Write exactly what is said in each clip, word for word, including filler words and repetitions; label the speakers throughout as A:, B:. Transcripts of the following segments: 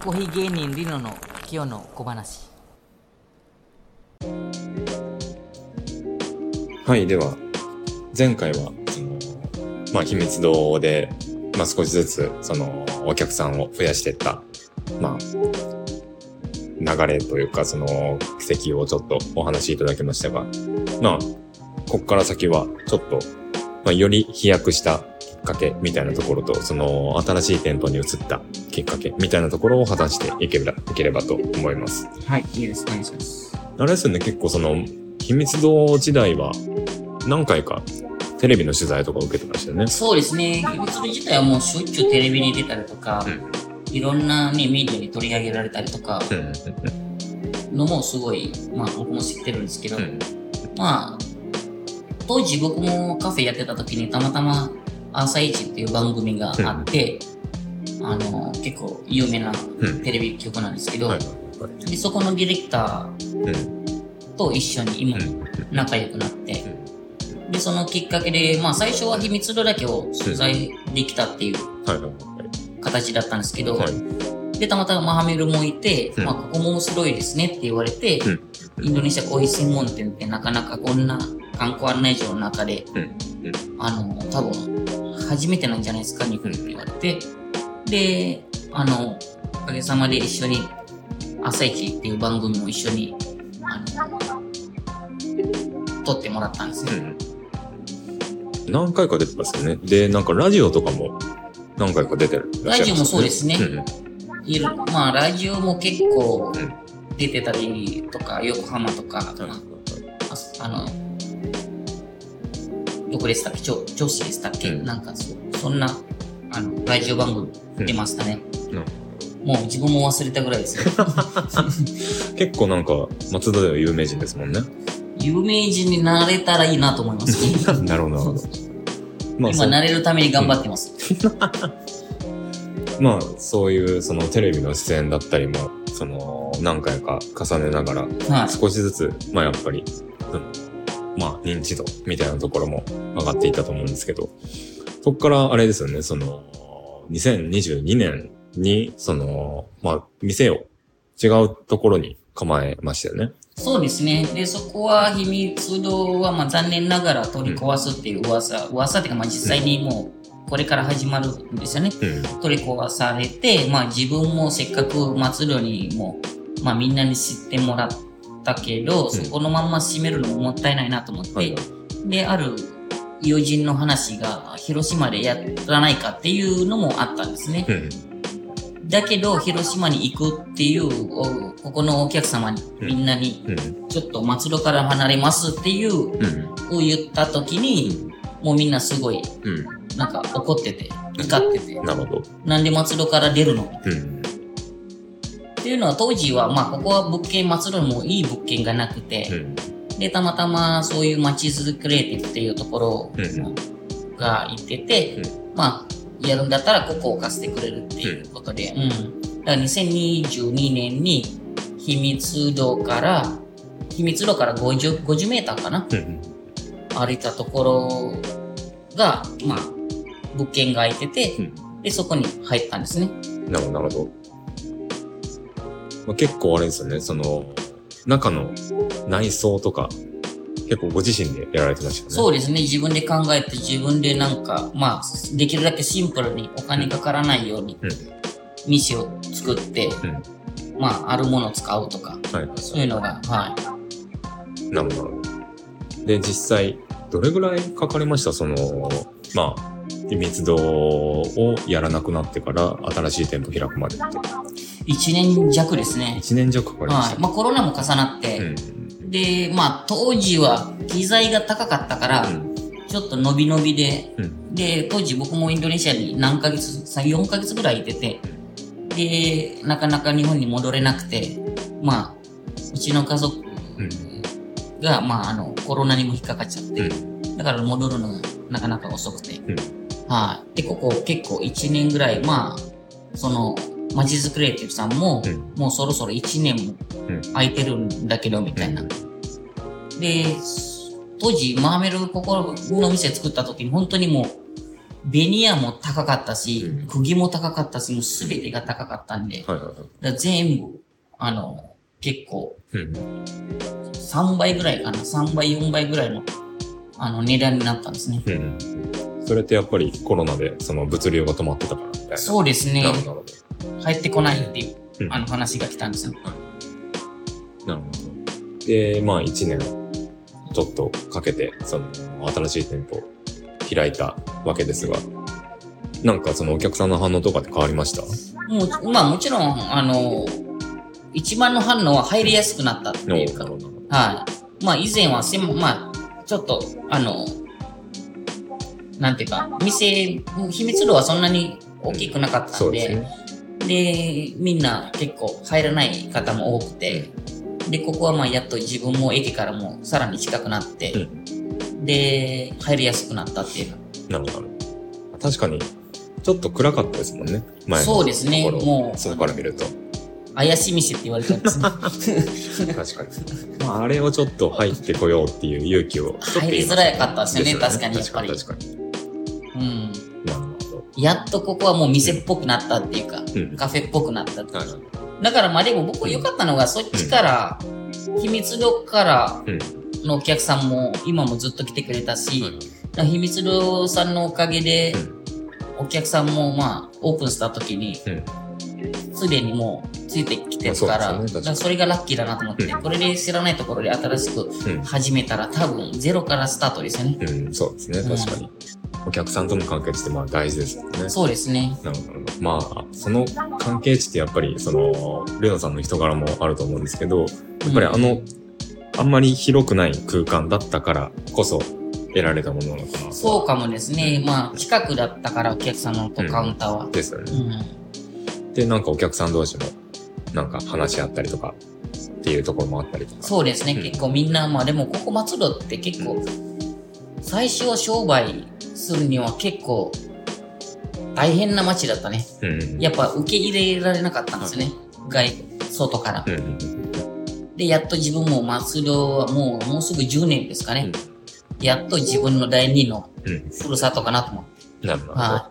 A: コーヒー芸人リノの今日の小話。
B: はい、では前回はその、まあ、秘密堂で、まあ、少しずつそのお客さんを増やしていった、まあ、流れというかその奇跡をちょっとお話しいただきましたが、まあここから先はちょっと、まあ、より飛躍したきっかけみたいなところと、その新しい店舗に移ったきっかけみたいなところを話していければ、いければと思います。
C: はい、いいです。お願いします。
B: あれですよね、結構その秘密堂時代は何回かテレビの取材とか受けてましたよね。
C: そうですね。秘密堂自体はもうしょっちゅうテレビに出たりとか、うん、いろんなね、メディアに取り上げられたりとか、のもすごい、まあ僕も知ってるんですけど、うん、まあ、当時僕もカフェやってた時にたまたま朝一っていう番組があって、うん、あの、結構有名なテレビ局なんですけど、うんはいはい、でそこのディレクターと一緒に今仲良くなって、うん、で、そのきっかけで、まあ最初は秘密堂だけを取材できたっていう形だったんですけど、はいはい、で、たまたまマハメルもいて、うん、まあここも面白いですねって言われて、うん、インドネシアコーヒー専門店ってなかなかこんな観光案内所の中で、うんうん、あの、多分、初めてなんじゃないですか、日本って言われて。で、あの、おかげさまで一緒に、朝一っていう番組も一緒に、あの、撮ってもらったんですよ。
B: うん、何回か出てますよね。で、なんかラジオとかも何回か出てる、ね。
C: ラジオもそうですね。うん、いるまあ、ラジオも結構出てたりとか、横浜とか、うん、まあ、あの、どこでしたっけ女子でしたっけ、うん、なんかそ、そんな、あの、ラジオ番組出ましたね。うんうん、もう自分も忘れたぐらいですよ。
B: 結構なんか、松戸では有名人ですもんね。
C: 有名人になれたらいいなと思います、
B: ね。なるほど、なるほど。
C: まあ、今、なれるために頑張ってます。
B: うん、まあ、そういう、そのテレビの出演だったりも、その、何回か重ねながら、はい、少しずつ、まあやっぱり、うんまあ、認知度みたいなところも上がっていったと思うんですけど、そこからあれですよね、その、にせんにじゅうにねんに、その、まあ、店を違うところに構えましたよね。
C: そうですね。で、そこは秘密堂は、まあ、残念ながら取り壊すっていう噂、うん、噂っていうか、まあ、実際にもう、これから始まるんですよね。うん、取り壊されて、まあ、自分もせっかく松戸にも、まあ、みんなに知ってもらって、だけど、そこのまんま閉めるのももったいないなと思って、はい、で、ある友人の話が広島でやらないかっていうのもあったんですね。うん、だけど、広島に行くっていう、ここのお客様に、みんなに、ちょっと松戸から離れますっていう、うん、を言った時に、もうみんなすごい、うん、なんか怒ってて、怒ってて、
B: なるほど。
C: なんで松戸から出るの、うんっていうのは当時は、まあ、ここは物件、松戸にもいい物件がなくて、うん、で、たまたまそういう街づくりエイティブっていうところがいてて、うん、まあ、やるんだったらここを貸してくれるっていうことで、うん。うん、だからにせんにじゅうにねんに秘密堂から、秘密堂からごじゅう、ごじゅうメーターかな、うん、歩いたところが、まあ、物件が空いてて、うん、で、そこに入ったんですね。
B: なるほど、なるほど。まあ、結構あれですよね、その、中の内装とか、結構ご自身でやられてましたよね。
C: そうですね、自分で考えて自分でなんか、まあ、できるだけシンプルにお金かからないように、店を作って、うん、まあ、あるものを使うとか、はい、そういうのが、はい。
B: なるほど。で、実際、どれぐらいかかりました？その、まあ、秘密堂をやらなくなってから新しい店舗開くまでって。
C: 一年弱ですね。
B: 一年弱かかりました。
C: はい。まあコロナも重なって、うん、で、まあ当時は機材が高かったから、うん、ちょっと伸び伸びで、うん、で、当時僕もインドネシアに何ヶ月、よんかげつぐらいいてて、で、なかなか日本に戻れなくて、まあ、うちの家族が、まああの、コロナにも引っかかっちゃって、だから戻るのがなかなか遅くて、はい。で、ここ結構いちねんぐらい、まあ、その、まちづくりエイティブさんも、うん、もうそろそろいちねんも空いてるんだけど、みたいな。うん、で、当時、マーメルここの店作った時に本当にもう、 ベニヤも高かったし、
B: うん
C: 釘も高かったし、もうすべてが高かったんで、
B: はいはいはい。
C: だから全部、あの、結構、
B: うん。
C: さんばいぐらいかな、さんばい、よんばいぐらいの、あの、値段になったんですね。
B: うん。それってやっぱりコロナでその物流が止まってたからみたいな。
C: そうですね
B: な。るほど。
C: 帰ってこないっていう、
B: うん
C: あの話が来たんですよ。
B: なるほど。で、まあ一年ちょっとかけて、その新しい店舗を開いたわけですが、なんかそのお客さんの反応とかって変わりました？
C: もう、まあもちろん、あの、一番の反応は入りやすくなったっていうか、
B: なるほど。
C: はい。まあ以前はせん、まあ、ちょっと、あの、なんていうか、店、秘密度はそんなに大きくなかった
B: そ
C: んで、
B: うですね。
C: で、みんな結構入らない方も多くて、で、ここはまあやっと自分も駅からもさらに近くなって、
B: う
C: で、入りやすくなったっていう。
B: なるほど。確かに、ちょっと暗かったですもんね。前の
C: そうですね
B: ところ
C: もう
B: そこから見ると。
C: 怪しい店って言われたんですね。
B: 確かに。まあ、あれをちょっと入ってこようっていう勇気をちょっと
C: 入りづらかったですよね、確かにやっぱり。
B: 確かに確か
C: うん。
B: に。なるほど。
C: やっとここはもう店っぽくなったっていうか、
B: うん
C: カフェっぽくなったっていうか。
B: はい
C: だからまあでも僕良かったのが、そっちから、秘密度から
B: うん。
C: のお客さんも今もずっと来てくれたし、
B: はい
C: だから秘密度さんのおかげで、お客さんもまあオープンした時に、
B: うん。
C: すでにもうついてきてるから、
B: まあそうですよね確かに
C: だからそれがラッキーだなと思って、
B: うん
C: これで知らないところで新しく
B: うん
C: 始めたら多分ゼロからスタートですよね。
B: うん、そうですね、確かに。お客さんとの関係値ってまあ大事ですもんね。
C: そうですね。
B: なるほど。まあ、その関係値ってやっぱり、その、レオさんの人柄もあると思うんですけど、やっぱりあの、あんまり広くない空間だったからこそ得られたものなのかな。
C: そうかもですね。まあ、近くだったからお客さんのとカウンターは。
B: ですよね。
C: うん。
B: で、なんかお客さん同士も、なんか話し合ったりとか、っていうところもあったりとか。
C: そうですね。
B: うん
C: 結構みんな、まあでもここ松戸って結構、最初は商売するには結構大変な街だったね。
B: うん。うん。
C: やっぱ受け入れられなかったんですよね。外、外から。
B: うんうん
C: で、やっと自分も松戸はもう、もうすぐじゅうねんですかね。やっと自分の第二の
B: うん。うん。
C: ふるさとかなと思って。
B: なるほど。
C: は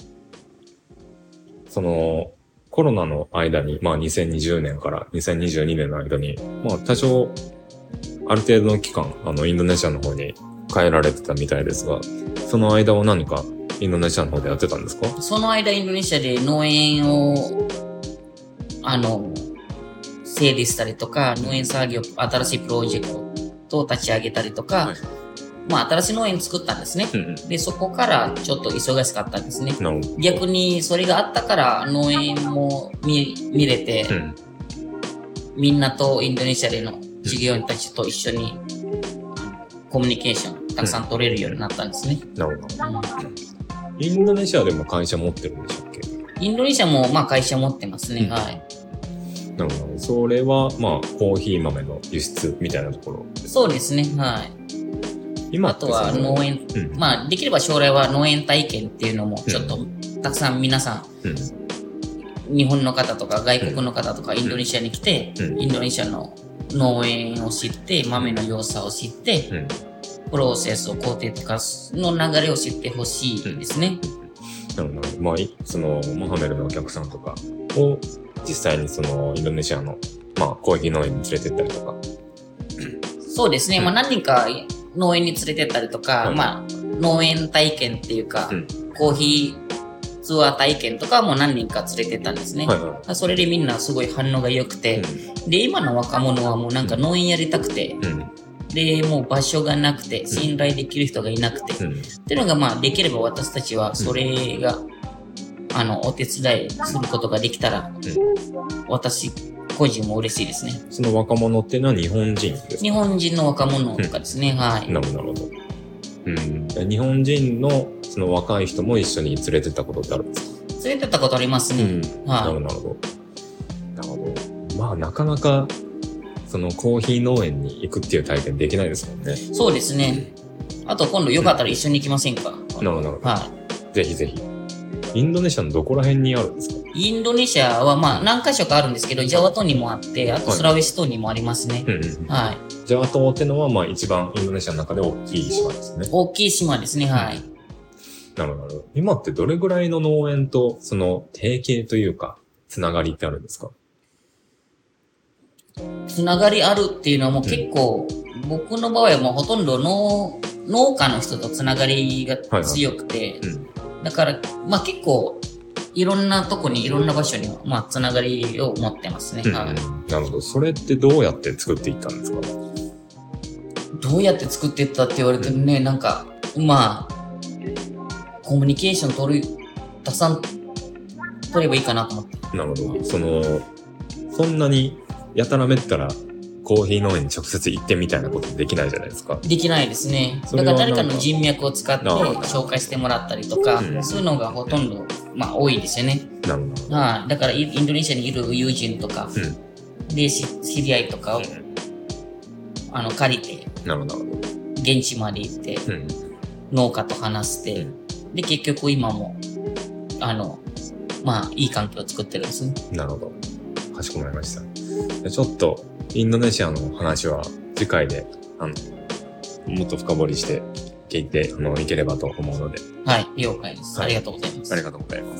B: その、コロナの間に、まあにせんにじゅうねんからにせんにじゅうにねんの間に、まあ多少、ある程度の期間、あの、インドネシアの方に帰られてたみたいですが、その間は何かインドネシアの方でやってたんですか？
C: い。その間、インドネシアで農園を、あの、整理したりとか、農園作業、新しいプロジェクトを立ち上げたりとか、
B: はい
C: まあ、新しい農園作ったんですね。
B: うんうん。
C: で、そこからちょっと忙しかったんですね。
B: なるほど。
C: 逆に、それがあったから、農園も見、見れて、
B: うん。
C: みんなとインドネシアでの従業員たちと一緒に、コミュニケーションたくさん取れるようになったんですね。
B: なるほど。インドネシアでも会社持ってるんでしたっけ？
C: インドネシアもまあ会社持ってますね。
B: うん
C: はい。
B: なるほど。それは、まあ、コーヒー豆の輸出みたいなところです。
C: そうですね。はい。
B: 今って
C: あとは
B: その
C: 農園、
B: うん。
C: まあできれば将来は農園体験っていうのもちょっとたくさん皆さ
B: うん。
C: ん、日本の方とか外国の方とかインドネシアに来て、
B: うん
C: インドネシアの農園を知って、豆の良さを知って、
B: うん。
C: プロセスを工程とかの流れを知ってほしいですね。
B: なるほど。まあ、いその、モハメルのお客さんとかを、実際にその、インドネシアの、まあ、コーヒー農園に連れてったりとか。
C: そうですね。まあ何人か農園に連れてったりとか、
B: はい
C: まあ農園体験っていうか、
B: うん
C: コーヒーツアー体験とかも何人か連れてったんですね。
B: はいは
C: それでみんなすごい反応が良くて、
B: い。
C: で、今の若者はもうなんか農園やりたくて、
B: うん。うん。
C: で、もう場所がなくて、信頼できる人がいなくて、
B: うん。
C: っていうのがまあできれば私たちはそれが、あの、お手伝いすることができたら、私個人も嬉しいですね。
B: その若者っていうのは日本人ですか？
C: 日本人の若者とかですね、はい。
B: なるほど、なるほど。うん。日本人のその若い人も一緒に連れてったことってあるんですか？
C: 連れてったことありますね。
B: なるほど、
C: はい。
B: なるほど。なるほど。まあ、なかなか、そのコーヒー農園に行くっていう体験できないですもんね。
C: そうですね。あと今度よかったら一緒に行きませんか？
B: なるほど、なるほど。
C: は
B: ぜひぜひ。インドネシアのどこら辺にあるんですか？
C: い。インドネシアはまあ何箇所かあるんですけど、ジャワ島にもあって、あとスラウェシ島にもありますね。
B: うんうん。
C: はい。
B: ジャワ島ってのは、まあ一番インドネシアの中で大きい島ですね。
C: 大きい島ですね、はい。
B: なるほど。今ってどれぐらいの農園と、その、提携というか、つながりってあるんですか？
C: つながりあるっていうのはもう結構、うん、僕の場合はもうほとんど農、農家の人とつながりが強くて、はいはいうん、だから、まあ結構、いろんなとこにいろんな場所に、まあつながりを持ってますね。
B: うんはい、なるほど。それってどうやって作っていったんですか？
C: どうやって作っていったって言われてね、うん、なんか、まあ、コミュニケーション取る、たくさん取ればいいかなと思って。
B: なるほど。その、そんなにやたらめったらコーヒー農園に直接行ってみたいなことできないじゃないですか。
C: できないですね。だから誰かの人脈を使って紹介してもらったりとか、うん、そういうのがほとんど、まあ多いですよね。
B: なるほど。
C: はあ、だからインドネシアにいる友人とか、うん、で、知り合いとかを、うん、あの、借りて、
B: なるほど。
C: 現地まで行って、うん、農家と話して、うん、で、結局今も、あの、まあ、いい環境を作ってるんですね。
B: なるほど。かしこまりました。ちょっと、インドネシアの話は次回で、あの、もっと深掘りして聞いて、あの、いければと思うので。
C: はい、了解です。はい、ありがとうございます。
B: ありがとうございます。